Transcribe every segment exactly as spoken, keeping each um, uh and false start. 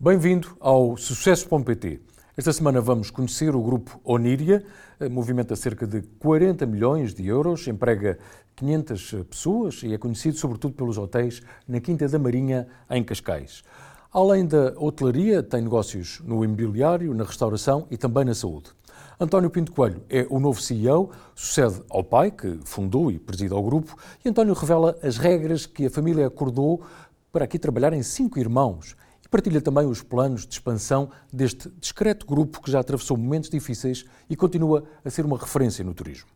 Bem-vindo ao Sucesso ponto pt. Esta semana vamos conhecer o grupo Oníria, movimenta cerca de quarenta milhões de euros, emprega quinhentas pessoas e é conhecido sobretudo pelos hotéis na Quinta da Marinha, em Cascais. Além da hotelaria, tem negócios no imobiliário, na restauração e também na saúde. António Pinto Coelho é o novo C E O, sucede ao pai, que fundou e preside ao grupo, e António revela as regras que a família acordou para aqui trabalharem cinco irmãos. Partilha também os planos de expansão deste discreto grupo que já atravessou momentos difíceis e continua a ser uma referência no turismo.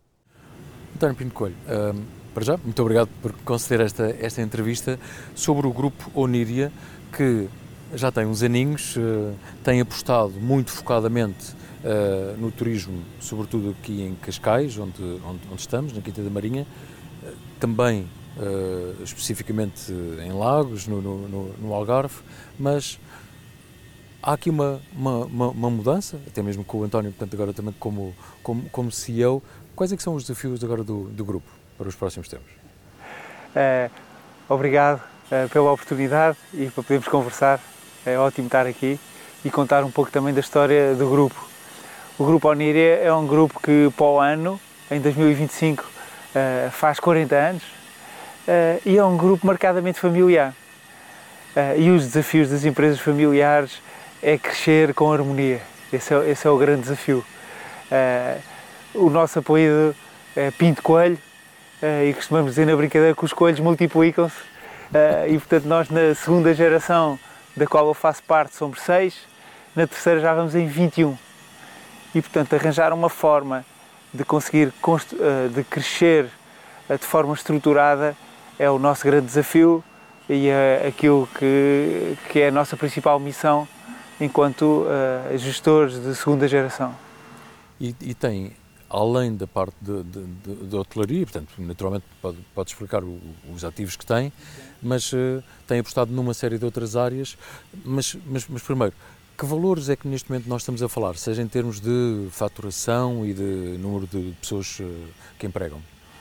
António Pinto Coelho, um, para já, muito obrigado por conceder esta, esta entrevista sobre o grupo Oníria, que já tem uns aninhos, uh, tem apostado muito focadamente uh, no turismo, sobretudo aqui em Cascais, onde, onde, onde estamos, na Quinta da Marinha, uh, também Uh, especificamente em Lagos, no, no, no Algarve, mas há aqui uma, uma, uma, uma mudança, até mesmo com o António, portanto agora também como, como, como C E O. Quais é que são os desafios agora do, do grupo para os próximos tempos? Uh, obrigado uh, pela oportunidade e para podermos conversar. É ótimo estar aqui e contar um pouco também da história do grupo. O Grupo Oníria é um grupo que para o ano, em dois mil e vinte e cinco, uh, faz quarenta anos. Uh, e é um grupo marcadamente familiar. Uh, e os desafios das empresas familiares é crescer com harmonia. Esse é, esse é o grande desafio. Uh, o nosso apelido é Pinto Coelho, uh, e costumamos dizer na brincadeira que os coelhos multiplicam-se. Uh, e portanto nós na segunda geração, da qual eu faço parte, somos seis, na terceira já vamos em vinte e um. E portanto arranjar uma forma de conseguir uh, de crescer uh, de forma estruturada é o nosso grande desafio e é aquilo que, que é a nossa principal missão enquanto uh, gestores de segunda geração. E, e tem, além da parte de, de, de, de hotelaria, portanto, naturalmente pode, pode explicar o, os ativos que tem, mas uh, tem apostado numa série de outras áreas, mas, mas, mas primeiro, que valores é que neste momento nós estamos a falar, seja em termos de faturação e de número de pessoas uh, que empregam?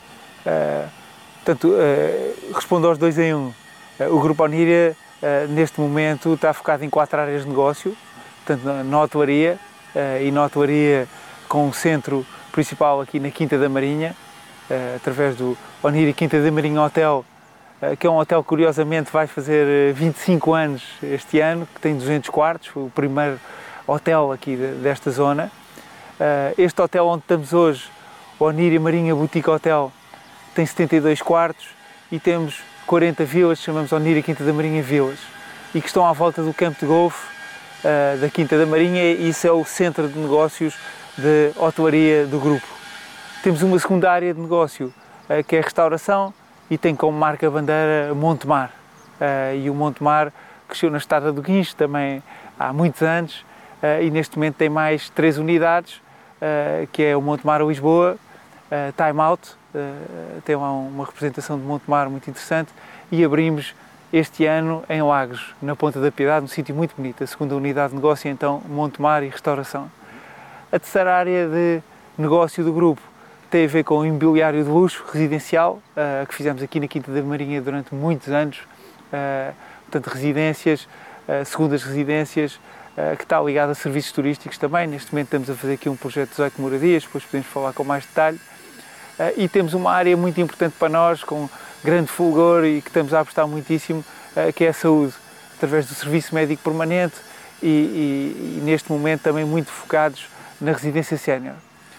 Uh, Portanto, uh, respondo aos dois em um. Uh, o Grupo Oníria, uh, neste momento, está focado em quatro áreas de negócio, portanto, na, na hotelaria, uh, e na hotelaria com um centro principal aqui na Quinta da Marinha, uh, através do Oníria Quinta da Marinha Hotel, uh, que é um hotel que, curiosamente, vai fazer vinte e cinco anos este ano, que tem duzentos quartos, foi o primeiro hotel aqui de, desta zona. Uh, este hotel onde estamos hoje, o Oníria Marinha Boutique Hotel, tem setenta e dois quartos e temos quarenta vilas, chamamos Oníria Quinta da Marinha Vilas, e que estão à volta do campo de golfe uh, da Quinta da Marinha, e isso é o centro de negócios de hotelaria do grupo. Temos uma segunda área de negócio, uh, que é a restauração, e tem como marca bandeira Montemar. Uh, e o Montemar cresceu na Estrada do Guincho também há muitos anos, uh, e neste momento tem mais três unidades, uh, que é o Montemar Lisboa, uh, Time Out, Uh, tem lá uma representação de Montemar muito interessante, e abrimos este ano em Lagos, na Ponta da Piedade, num sítio muito bonito. A segunda unidade de negócio é então Montemar e restauração. A terceira área de negócio do grupo tem a ver com o imobiliário de luxo residencial, uh, que fizemos aqui na Quinta da Marinha durante muitos anos, uh, portanto residências, uh, segundas residências, uh, que está ligado a serviços turísticos também. Neste momento estamos a fazer aqui um projeto de dezoito moradias, depois podemos falar com mais detalhe. Uh, e temos uma área muito importante para nós, com grande fulgor e que estamos a apostar muitíssimo, uh, que é a saúde, através do serviço médico permanente e, e, e neste momento também muito focados na residência sénior.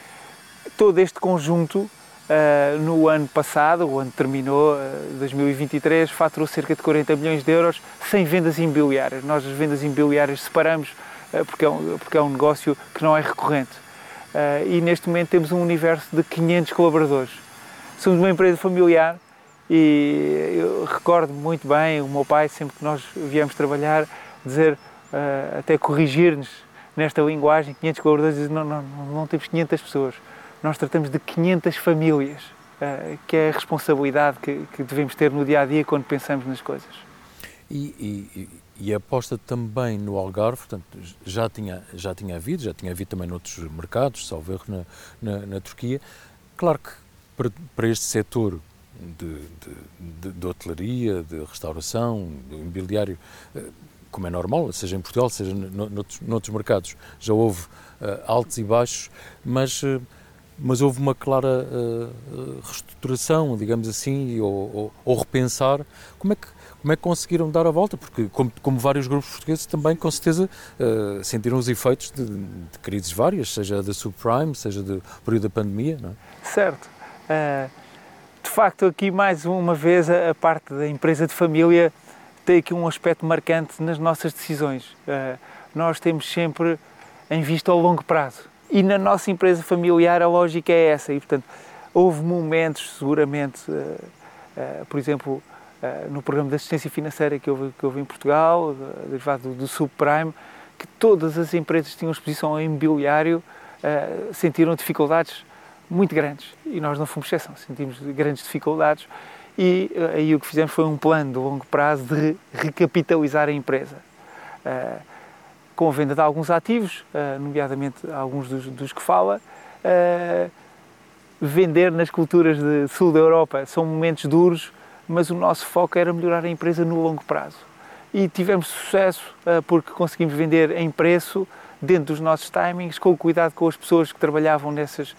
Todo este conjunto, uh, no ano passado, o ano terminou, uh, dois mil e vinte e três, faturou cerca de quarenta milhões de euros sem vendas imobiliárias. Nós as vendas imobiliárias separamos uh, porque, é um, porque é um negócio que não é recorrente. Uh, e neste momento temos um universo de quinhentos colaboradores. Somos uma empresa familiar e eu recordo muito bem o meu pai, sempre que nós viemos trabalhar, dizer, uh, até corrigir-nos nesta linguagem, quinhentos colaboradores, dizer, não, não, não temos quinhentas pessoas, nós tratamos de quinhentas famílias, uh, que é a responsabilidade que, que devemos ter no dia-a-dia quando pensamos nas coisas. E, e, e a aposta também no Algarve, portanto, já tinha, já tinha havido, já tinha havido também noutros mercados, salvo erro, na, na, na Turquia. Claro que para, para este setor de, de, de, de hotelaria, de restauração, do imobiliário, como é normal, seja em Portugal, seja noutros, noutros mercados, já houve uh, altos e baixos, mas, uh, mas houve uma clara uh, reestruturação, digamos assim, ou, ou, ou repensar. Como é que Como é que conseguiram dar a volta? Porque, como, como vários grupos portugueses, também, com certeza, uh, sentiram os efeitos de, de crises várias, seja da subprime, seja do período da pandemia, não é? Certo. Uh, de facto, aqui, mais uma vez, a, a parte da empresa de família tem aqui um aspecto marcante nas nossas decisões. Uh, nós temos sempre em vista ao longo prazo. E na nossa empresa familiar a lógica é essa. E, portanto, houve momentos, seguramente, uh, uh, por exemplo, Uh, no programa de assistência financeira que houve, que houve em Portugal, uh, derivado do, do subprime, que todas as empresas que tinham exposição ao imobiliário uh, sentiram dificuldades muito grandes. E nós não fomos exceção, sentimos grandes dificuldades. E uh, aí o que fizemos foi um plano de longo prazo de re recapitalizar a empresa. Uh, com a venda de alguns ativos, uh, nomeadamente alguns dos, dos que fala. Uh, vender nas culturas do sul da Europa são momentos duros, mas o nosso foco era melhorar a empresa no longo prazo. E tivemos sucesso uh, porque conseguimos vender em preço, dentro dos nossos timings, com cuidado com as pessoas que trabalhavam nessas,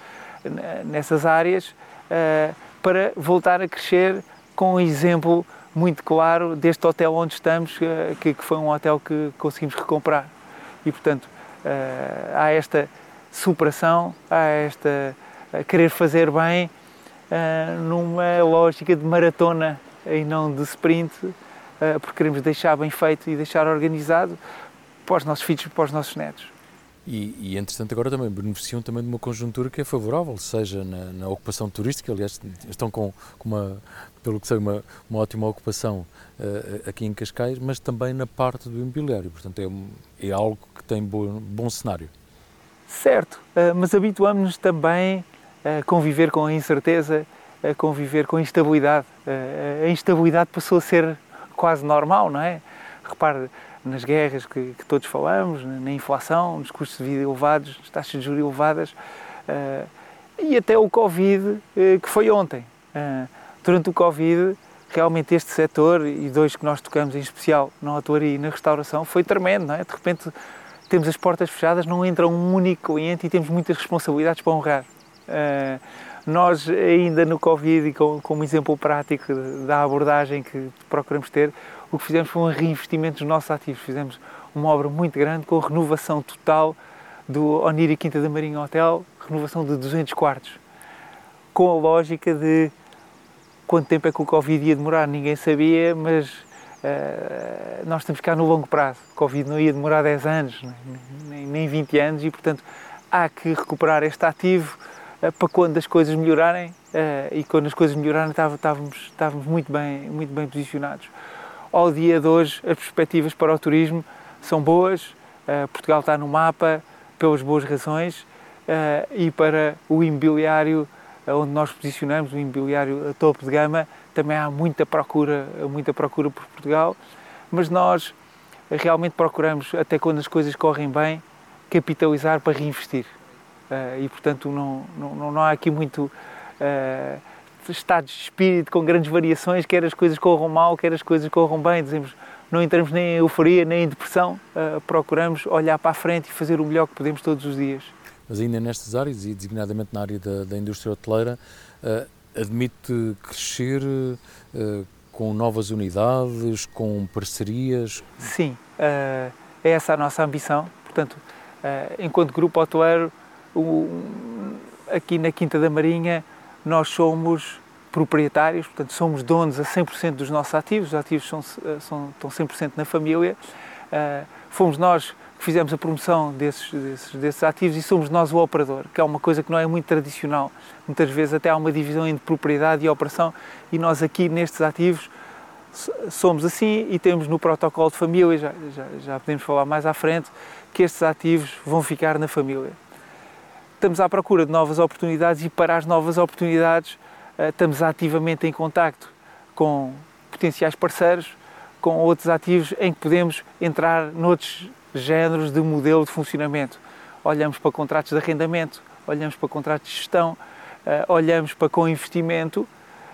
nessas áreas, uh, para voltar a crescer com um exemplo muito claro deste hotel onde estamos, uh, que, que foi um hotel que conseguimos recomprar. E, portanto, uh, há esta superação, há esta uh, querer fazer bem, Uh, numa lógica de maratona e não de sprint, uh, porque queremos deixar bem feito e deixar organizado para os nossos filhos e para os nossos netos. E, e entretanto, agora também beneficiam também de uma conjuntura que é favorável, seja na, na ocupação turística, aliás, estão com, com uma, pelo que sei, uma, uma ótima ocupação uh, aqui em Cascais, mas também na parte do imobiliário, portanto é, é algo que tem bom, bom cenário. Certo, uh, mas habituamos-nos também a conviver com a incerteza, a conviver com a instabilidade. A instabilidade passou a ser quase normal, não é? Repare nas guerras que, que todos falamos, na inflação, nos custos de vida elevados, nas taxas de juros elevadas, e até o Covid, que foi ontem. Durante o Covid, realmente este setor, e dois que nós tocamos em especial, na hotelaria e na restauração, foi tremendo, não é? De repente temos as portas fechadas, não entra um único cliente e temos muitas responsabilidades para honrar. Uh, nós ainda no Covid, e com, como exemplo prático da abordagem que procuramos ter, o que fizemos foi um reinvestimento nos nossos ativos. Fizemos uma obra muito grande com renovação total do Oníria Quinta da Marinha Hotel, renovação de duzentos quartos, com a lógica de quanto tempo é que o Covid ia demorar, ninguém sabia, mas uh, nós estamos cá no longo prazo. O Covid não ia demorar dez anos, nem, nem vinte anos, e portanto há que recuperar este ativo para quando as coisas melhorarem, e quando as coisas melhorarem estávamos, estávamos muito bem, muito bem posicionados. Ao dia de hoje, as perspectivas para o turismo são boas, Portugal está no mapa pelas boas razões, e para o imobiliário, onde nós posicionamos, o imobiliário a topo de gama, também há muita procura, muita procura por Portugal, mas nós realmente procuramos, até quando as coisas correm bem, capitalizar para reinvestir. Uh, e, portanto, não, não, não há aqui muito uh, estados de espírito com grandes variações, quer as coisas corram mal, quer as coisas corram bem. Dizemos, não entramos nem em euforia, nem em depressão, uh, procuramos olhar para a frente e fazer o melhor que podemos todos os dias. Mas ainda nestas áreas, e designadamente na área da, da indústria hoteleira, uh, admite crescer uh, com novas unidades, com parcerias? Sim, uh, é essa a nossa ambição. Portanto, uh, enquanto grupo hoteleiro, O, aqui na Quinta da Marinha nós somos proprietários, portanto somos donos a cem por cento dos nossos ativos, os ativos são, são, estão cem por cento na família, uh, fomos nós que fizemos a promoção desses, desses, desses ativos e somos nós o operador, que é uma coisa que não é muito tradicional. Muitas vezes até há uma divisão entre propriedade e operação, e nós aqui nestes ativos somos assim, e temos no protocolo de família, já, já, já podemos falar mais à frente, que estes ativos vão ficar na família. Estamos à procura de novas oportunidades, e para as novas oportunidades estamos ativamente em contacto com potenciais parceiros, com outros ativos em que podemos entrar noutros géneros de modelo de funcionamento. Olhamos para contratos de arrendamento, olhamos para contratos de gestão, olhamos para co-investimento,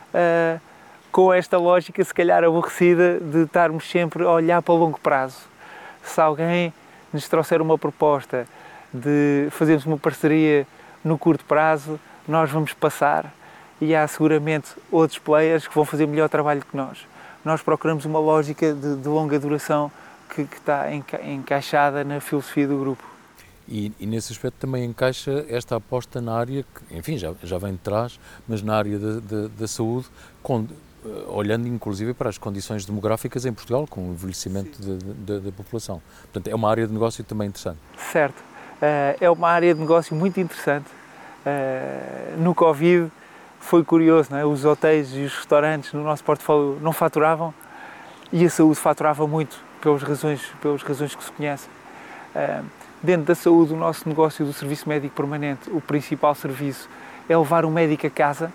com esta lógica se calhar aborrecida de estarmos sempre a olhar para o longo prazo. se alguém nos trouxer uma proposta de fazermos uma parceria no curto prazo, nós vamos passar e há seguramente outros players que vão fazer melhor trabalho que nós. Nós procuramos uma lógica de, de longa duração que, que está enca, encaixada na filosofia do grupo. E, e nesse aspecto também encaixa esta aposta na área, que, enfim, já, já vem de trás, mas na área da, da, da saúde, com, olhando inclusive para as condições demográficas em Portugal, com o envelhecimento de, de, da população. Portanto, é uma área de negócio também interessante. Certo. É uma área de negócio muito interessante. No Covid foi curioso, não é? Os hotéis e os restaurantes no nosso portfólio não faturavam e a saúde faturava muito, pelas razões, pelas razões que se conhecem. Dentro da saúde, o nosso negócio do serviço médico permanente, o principal serviço é levar um médico a casa.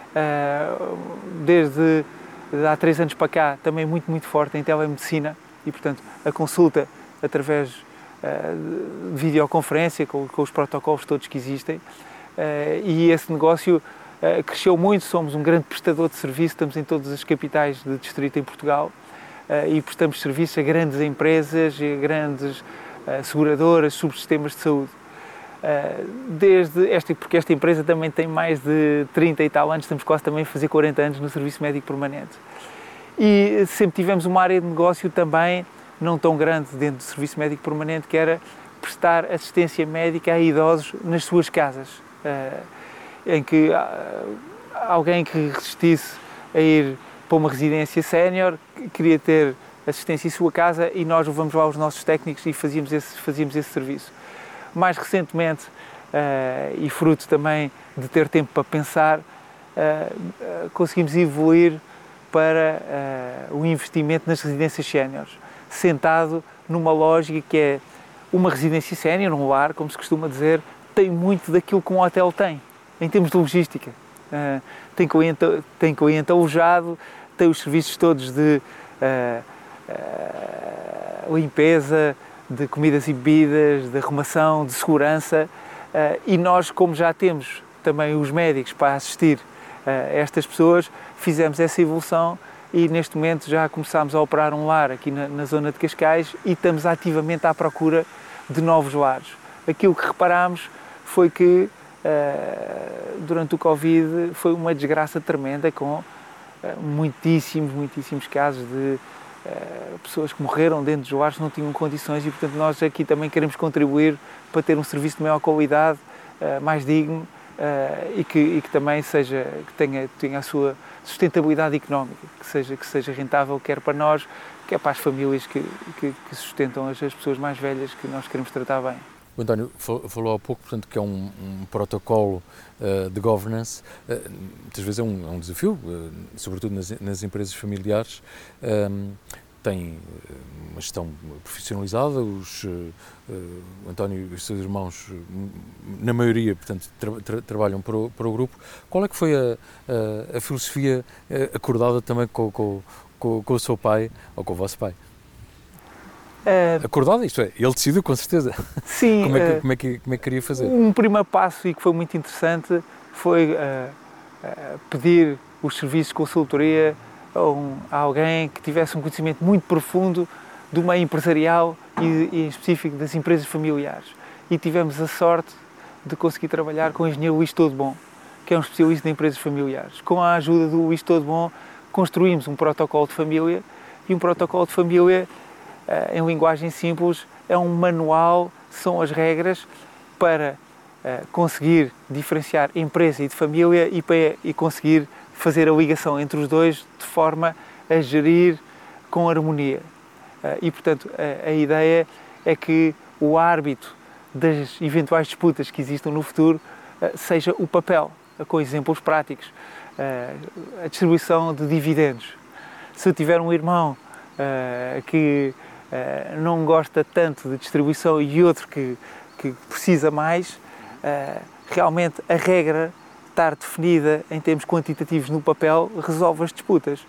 Desde há três anos para cá, também muito, muito forte em telemedicina e, portanto, a consulta através de videoconferência, com, com os protocolos todos que existem. E esse negócio cresceu muito, somos um grande prestador de serviço, estamos em todas as capitais de distrito em Portugal e prestamos serviços a grandes empresas e a grandes seguradoras, subsistemas de saúde. Desde esta, porque esta empresa também tem mais de trinta e tal anos, estamos quase também a fazer quarenta anos no serviço médico permanente. E sempre tivemos uma área de negócio também, não tão grande dentro do serviço médico permanente, que era prestar assistência médica a idosos nas suas casas, em que alguém que resistisse a ir para uma residência sénior queria ter assistência em sua casa e nós levamos lá os nossos técnicos e fazíamos esse, fazíamos esse serviço. Mais recentemente, uh, e fruto também de ter tempo para pensar, uh, uh, conseguimos evoluir para uh, o investimento nas residências séniores, sentado numa lógica que é uma residência sénior, um lar, como se costuma dizer, tem muito daquilo que um hotel tem, em termos de logística. Uh, tem cliente, tem cliente alojado, tem os serviços todos de uh, uh, limpeza, de comidas e bebidas, de arrumação, de segurança, uh, e nós, como já temos também os médicos para assistir uh, estas pessoas, fizemos essa evolução e neste momento já começámos a operar um lar aqui na, na zona de Cascais e estamos ativamente à procura de novos lares. Aquilo que reparámos foi que uh, durante o Covid foi uma desgraça tremenda com uh, muitíssimos, muitíssimos casos de uh, pessoas que morreram dentro dos lares, não tinham condições e, portanto, nós aqui também queremos contribuir para ter um serviço de maior qualidade, uh, mais digno uh, e, que, e que também seja, que tenha, tenha a sua sustentabilidade económica, que seja, que seja rentável, quer para nós, quer para as famílias que, que, que sustentam as, as pessoas mais velhas que nós queremos tratar bem. O António falou há pouco, portanto, que é um, um protocolo uh, de governance, uh, muitas vezes é um, é um desafio, uh, sobretudo nas, nas empresas familiares, um, tem uma gestão profissionalizada, os, uh, uh, o António e os seus irmãos, na maioria, portanto, tra tra trabalham para o, para o grupo. Qual é que foi a, a, a filosofia acordada também com, com, com, com o seu pai, ou com o vosso pai? Uh, Acordada, isto é, ele decidiu com certeza. Sim. como, é que, uh, como, é que, como é que queria fazer? Um primeiro passo e que foi muito interessante foi uh, uh, pedir os serviços de consultoria a, um, a alguém que tivesse um conhecimento muito profundo do meio empresarial e, e em específico das empresas familiares. E tivemos a sorte de conseguir trabalhar com o engenheiro Luís Todebon, que é um especialista em empresas familiares. Com a ajuda do Luís Todebon construímos um protocolo de família e um protocolo de família Uh, em linguagem simples, é um manual, são as regras para uh, conseguir diferenciar empresa e de família e, para, e conseguir fazer a ligação entre os dois de forma a gerir com harmonia. Uh, e, portanto, a, a ideia é que o árbitro das eventuais disputas que existam no futuro uh, seja o papel, uh, com exemplos práticos. Uh, a distribuição de dividendos. Se eu tiver um irmão uh, que Uh, não gosta tanto de distribuição e outro que, que precisa mais, uh, realmente a regra estar definida em termos quantitativos no papel resolve as disputas.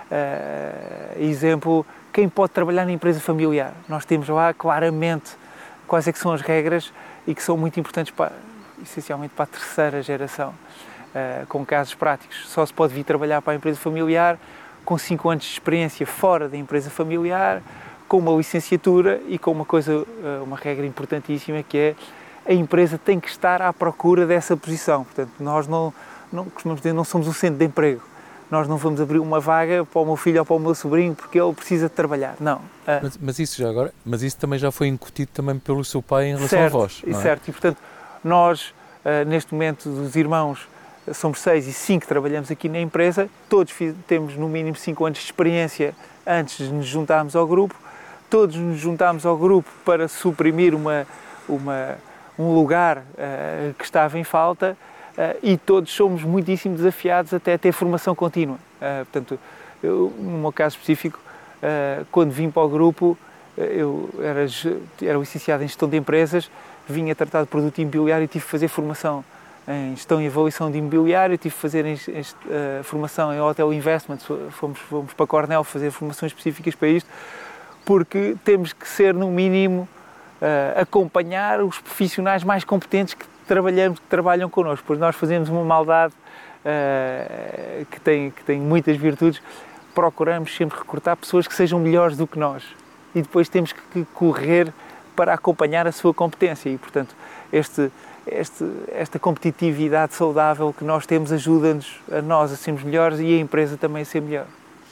Uh, exemplo, quem pode trabalhar na empresa familiar? Nós temos lá claramente quais é que são as regras e que são muito importantes para, essencialmente para a terceira geração. Uh, com casos práticos, só se pode vir trabalhar para a empresa familiar com cinco anos de experiência fora da empresa familiar, com uma licenciatura e com uma coisa, uma regra importantíssima, que é a empresa tem que estar à procura dessa posição. Portanto, nós não, não, costumamos dizer, não somos um centro de emprego. Nós não vamos abrir uma vaga para o meu filho ou para o meu sobrinho porque ele precisa de trabalhar. Não. Mas, mas isso já agora, mas isso também já foi incutido também pelo seu pai em relação certo, a vós, não é? Certo, e portanto, nós, neste momento, dos irmãos, somos seis e cinco trabalhamos aqui na empresa, todos temos no mínimo cinco anos de experiência antes de nos juntarmos ao grupo, todos nos juntámos ao grupo para suprimir uma, uma, um lugar uh, que estava em falta uh, e todos somos muitíssimo desafiados até a ter formação contínua. Uh, portanto, eu, no meu caso específico, uh, quando vim para o grupo, eu era, era licenciado em gestão de empresas, vinha tratar de produto imobiliário e tive que fazer formação em gestão e avaliação de imobiliário, tive que fazer em, em, uh, formação em Hotel Investment, fomos, fomos para Cornell fazer formações específicas para isto, porque temos que ser, no mínimo, uh, acompanhar os profissionais mais competentes que, trabalhamos, que trabalham connosco, pois nós fazemos uma maldade uh, que, tem, que tem muitas virtudes, procuramos sempre recrutar pessoas que sejam melhores do que nós e depois temos que correr para acompanhar a sua competência e, portanto, este Este, esta competitividade saudável que nós temos ajuda-nos a nós a sermos melhores e a empresa também a ser melhor.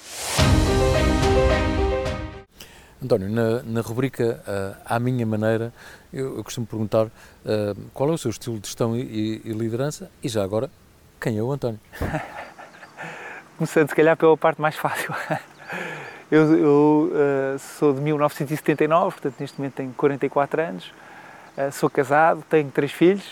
António, na, na rubrica uh, À Minha Maneira, eu, eu costumo perguntar uh, qual é o seu estilo de gestão e, e, e liderança e já agora, quem é o António? Começando se calhar pela parte mais fácil. Eu, eu uh, sou de mil novecentos e setenta e nove, portanto neste momento tenho quarenta e quatro anos. Uh, sou casado, tenho três filhos,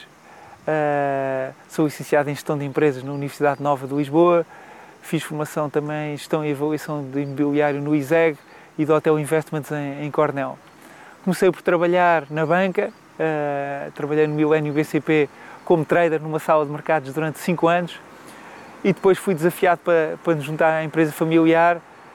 uh, sou licenciado em Gestão de Empresas na Universidade Nova de Lisboa, fiz formação também em Gestão e Avaliação de Imobiliário no I S E G e de Hotel Investments em, em Cornell. Comecei por trabalhar na banca, uh, trabalhei no Millennium B C P como trader numa sala de mercados durante cinco anos e depois fui desafiado para, para nos juntar à empresa familiar,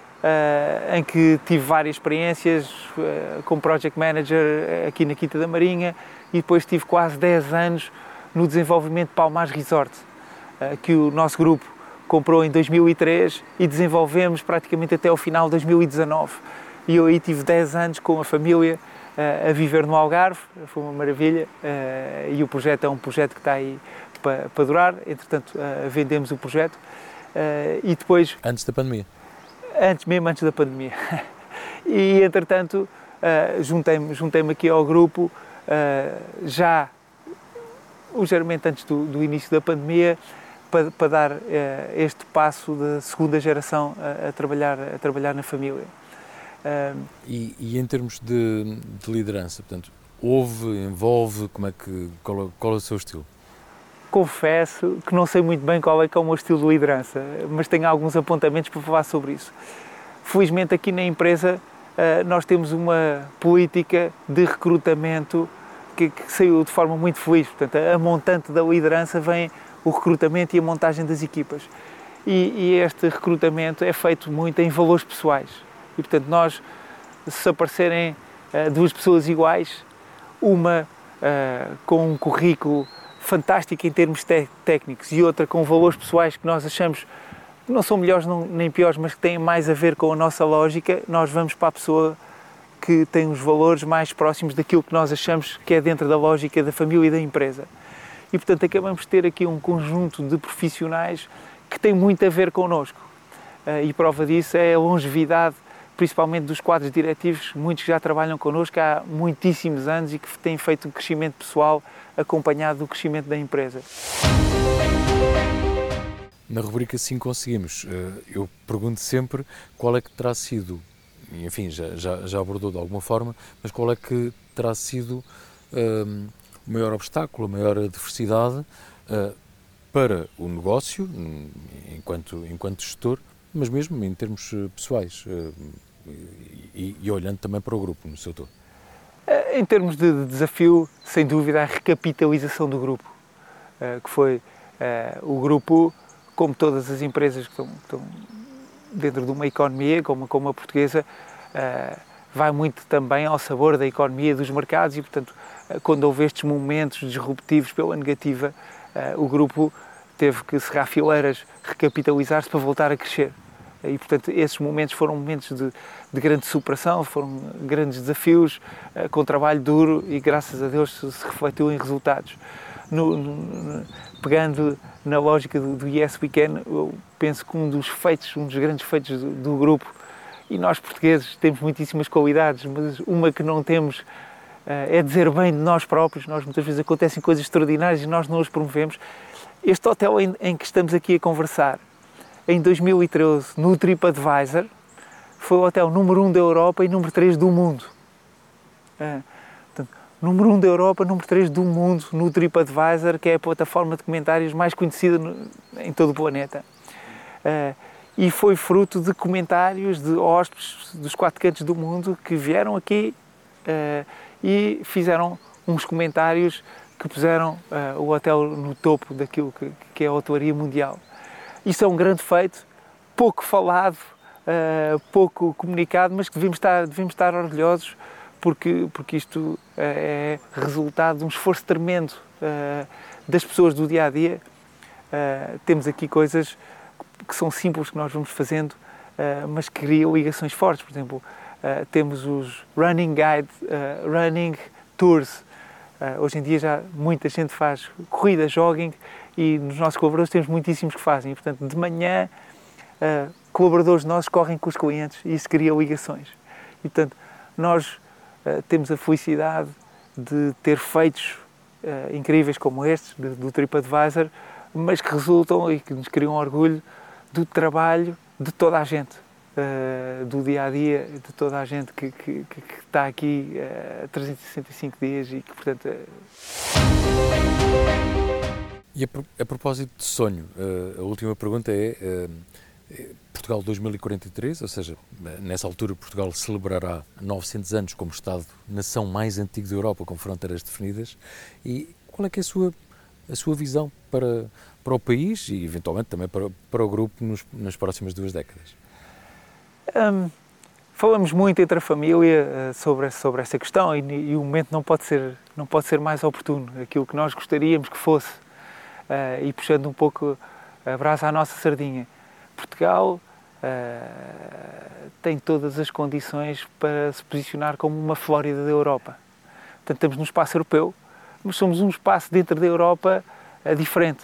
Uh, em que tive várias experiências uh, como Project Manager aqui na Quinta da Marinha e depois tive quase dez anos no desenvolvimento de Palmares Resort, uh, que o nosso grupo comprou em dois mil e três e desenvolvemos praticamente até ao final de dois mil e dezanove. E eu aí tive dez anos com a família uh, a viver no Algarve, foi uma maravilha uh, e o projeto é um projeto que está aí para, para durar, entretanto uh, vendemos o projeto uh, e depois... Antes da pandemia? Antes, mesmo antes da pandemia. E, entretanto, uh, juntei-me, juntei-me aqui ao grupo, uh, já ligeiramente antes do, do início da pandemia, para, para dar uh, este passo da segunda geração a, a, trabalhar, a trabalhar na família. Uh, e, e em termos de, de liderança, portanto, ouve, envolve, como é que, qual, qual é o seu estilo? Confesso que não sei muito bem qual é que é o meu estilo de liderança, mas tenho alguns apontamentos para falar sobre isso. Felizmente aqui na empresa nós temos uma política de recrutamento que, que saiu de forma muito feliz. Portanto, a montante da liderança vem o recrutamento e a montagem das equipas. E, e este recrutamento é feito muito em valores pessoais. E, portanto, nós, se aparecerem duas pessoas iguais, uma com um currículo fantástica em termos técnicos e outra com valores pessoais que nós achamos que não são melhores nem piores, mas que têm mais a ver com a nossa lógica, nós vamos para a pessoa que tem os valores mais próximos daquilo que nós achamos que é dentro da lógica da família e da empresa. E, portanto, acabamos de ter aqui um conjunto de profissionais que tem muito a ver connosco. E prova disso é a longevidade, principalmente dos quadros diretivos, muitos que já trabalham connosco há muitíssimos anos e que têm feito um crescimento pessoal acompanhado do crescimento da empresa. Na rubrica Sim Conseguimos, eu pergunto sempre qual é que terá sido, enfim, já, já, já abordou de alguma forma, mas qual é que terá sido um, o maior obstáculo, a maior adversidade uh, para o negócio, enquanto, enquanto gestor, mas mesmo em termos pessoais uh, e, e olhando também para o grupo, no seu todo. Em termos de desafio, sem dúvida, a recapitalização do grupo, que foi o grupo, como todas as empresas que estão, estão dentro de uma economia, como, como a portuguesa, vai muito também ao sabor da economia, dos mercados e, portanto, quando houve estes momentos disruptivos pela negativa, o grupo teve que cerrar fileiras, recapitalizar-se para voltar a crescer. E, portanto, esses momentos foram momentos de, de grande superação, foram grandes desafios, com trabalho duro e, graças a Deus, se refletiu em resultados. No, no, pegando na lógica do, do Yes We Can, eu penso que um dos feitos, um dos grandes feitos do, do grupo, e nós portugueses temos muitíssimas qualidades, mas uma que não temos uh, é dizer bem de nós próprios. Nós muitas vezes acontecem coisas extraordinárias e nós não as promovemos. Este hotel em, em que estamos aqui a conversar, em dois mil e treze, no TripAdvisor, foi o hotel número um da Europa e número três do mundo. Uh, portanto, número um da Europa, número três do mundo no TripAdvisor, que é a plataforma de comentários mais conhecida no, em todo o planeta. Uh, e foi fruto de comentários de hóspedes dos quatro cantos do mundo que vieram aqui uh, e fizeram uns comentários que puseram uh, o hotel no topo daquilo que, que é a hotelaria mundial. Isso é um grande feito, pouco falado, uh, pouco comunicado, mas que devemos estar, devemos estar orgulhosos, porque, porque isto uh, é resultado de um esforço tremendo uh, das pessoas do dia-a-dia. Uh, temos aqui coisas que são simples que nós vamos fazendo, uh, mas que criam ligações fortes. Por exemplo, uh, temos os Running Guide, uh, Running Tours. Uh, hoje em dia já muita gente faz corrida, jogging, e nos nossos colaboradores temos muitíssimos que fazem. E, portanto, de manhã, uh, colaboradores nossos correm com os clientes e isso cria ligações. E, portanto, nós uh, temos a felicidade de ter feitos uh, incríveis como estes, de, do TripAdvisor, mas que resultam e que nos criam orgulho do trabalho de toda a gente, uh, do dia-a-dia, de toda a gente que, que, que, que está aqui uh, trezentos e sessenta e cinco dias e que, portanto... Uh... E a, a propósito de sonho, uh, a última pergunta é, uh, Portugal dois mil e quarenta e três, ou seja, nessa altura Portugal celebrará novecentos anos como Estado-nação mais antigo da Europa, com fronteiras definidas, e qual é que é a sua, a sua visão para... para o país e, eventualmente, também para, para o grupo nos, nas próximas duas décadas? Um, falamos muito entre a família uh, sobre, sobre essa questão e, e o momento não pode ser, não pode ser mais oportuno. Aquilo que nós gostaríamos que fosse, uh, e puxando um pouco a brasa à nossa sardinha, Portugal uh, tem todas as condições para se posicionar como uma Flórida da Europa. Portanto, estamos num espaço europeu, mas somos um espaço dentro da Europa uh, diferente.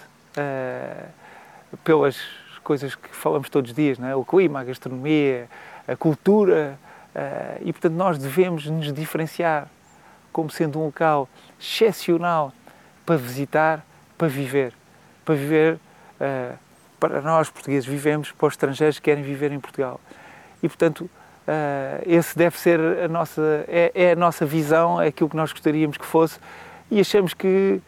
Uh, pelas coisas que falamos todos os dias, não é? O clima, a gastronomia, a cultura, uh, e portanto nós devemos nos diferenciar como sendo um local excepcional para visitar, para viver. Para viver, uh, para nós portugueses vivemos, para os estrangeiros que querem viver em Portugal. E portanto, uh, esse deve ser a nossa, é, é a nossa visão, é aquilo que nós gostaríamos que fosse, e achamos que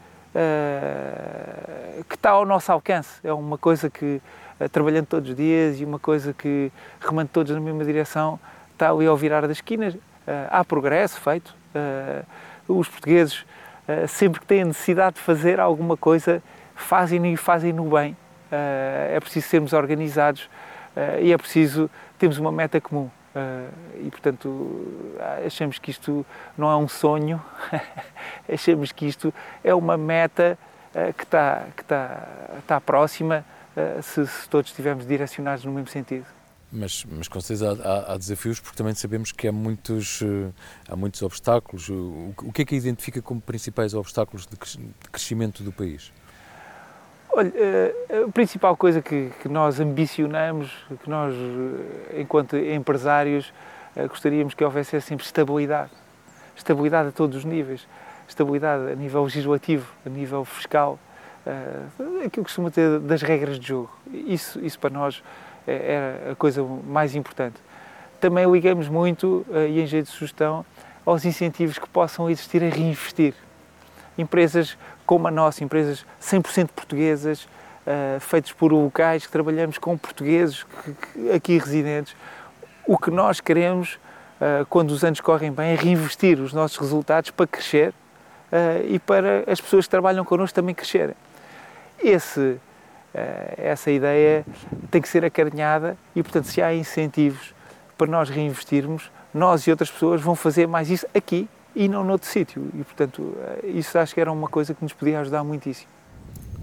Uh, que está ao nosso alcance. É uma coisa que, uh, trabalhando todos os dias e uma coisa que, remando todos na mesma direção, está ali ao virar das esquinas. Uh, há progresso feito. Uh, os portugueses, uh, sempre que têm necessidade de fazer alguma coisa, fazem e fazem-no bem. Uh, é preciso sermos organizados uh, e é preciso termos uma meta comum. Uh, e, portanto, achamos que isto não é um sonho, achamos que isto é uma meta uh, que está que está, está próxima, uh, se, se todos estivermos direcionados no mesmo sentido. Mas, mas com certeza há, há desafios, porque também sabemos que há muitos, uh, há muitos obstáculos. O, o que é que identifica como principais obstáculos de, cres, de crescimento do país? Olha, a principal coisa que, que nós ambicionamos, que nós, enquanto empresários, gostaríamos que houvesse sempre estabilidade. Estabilidade a todos os níveis. Estabilidade a nível legislativo, a nível fiscal, aquilo que costuma ter das regras de jogo. Isso, isso para nós era a coisa mais importante. Também ligamos muito, e em jeito de sugestão, aos incentivos que possam existir a reinvestir. Empresas como a nossa, empresas cem por cento portuguesas, uh, feitas por locais, que trabalhamos com portugueses que, que, aqui residentes. O que nós queremos, uh, quando os anos correm bem, é reinvestir os nossos resultados para crescer uh, e para as pessoas que trabalham connosco também crescerem. Esse, uh, essa ideia tem que ser acarinhada e, portanto, se há incentivos para nós reinvestirmos, nós e outras pessoas vão fazer mais isso aqui e não noutro sítio. E, portanto, isso acho que era uma coisa que nos podia ajudar muitíssimo.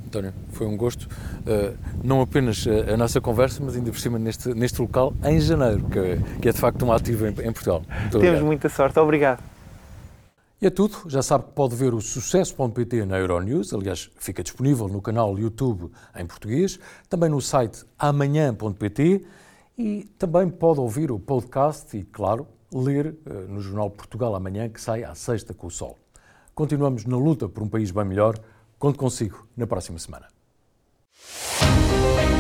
António, foi um gosto, uh, não apenas a, a nossa conversa, mas ainda por cima neste, neste local, em janeiro, que é, que é de facto um ativo em, em Portugal. Muito Temos obrigado. muita sorte, obrigado. E é tudo, já sabe que pode ver o sucesso ponto pt na Euronews, aliás, fica disponível no canal YouTube em português, também no site amanhã ponto pt e também pode ouvir o podcast e, claro, ler uh, no jornal Portugal Amanhã, que sai à sexta com o sol. Continuamos na luta por um país bem melhor. Conto consigo na próxima semana.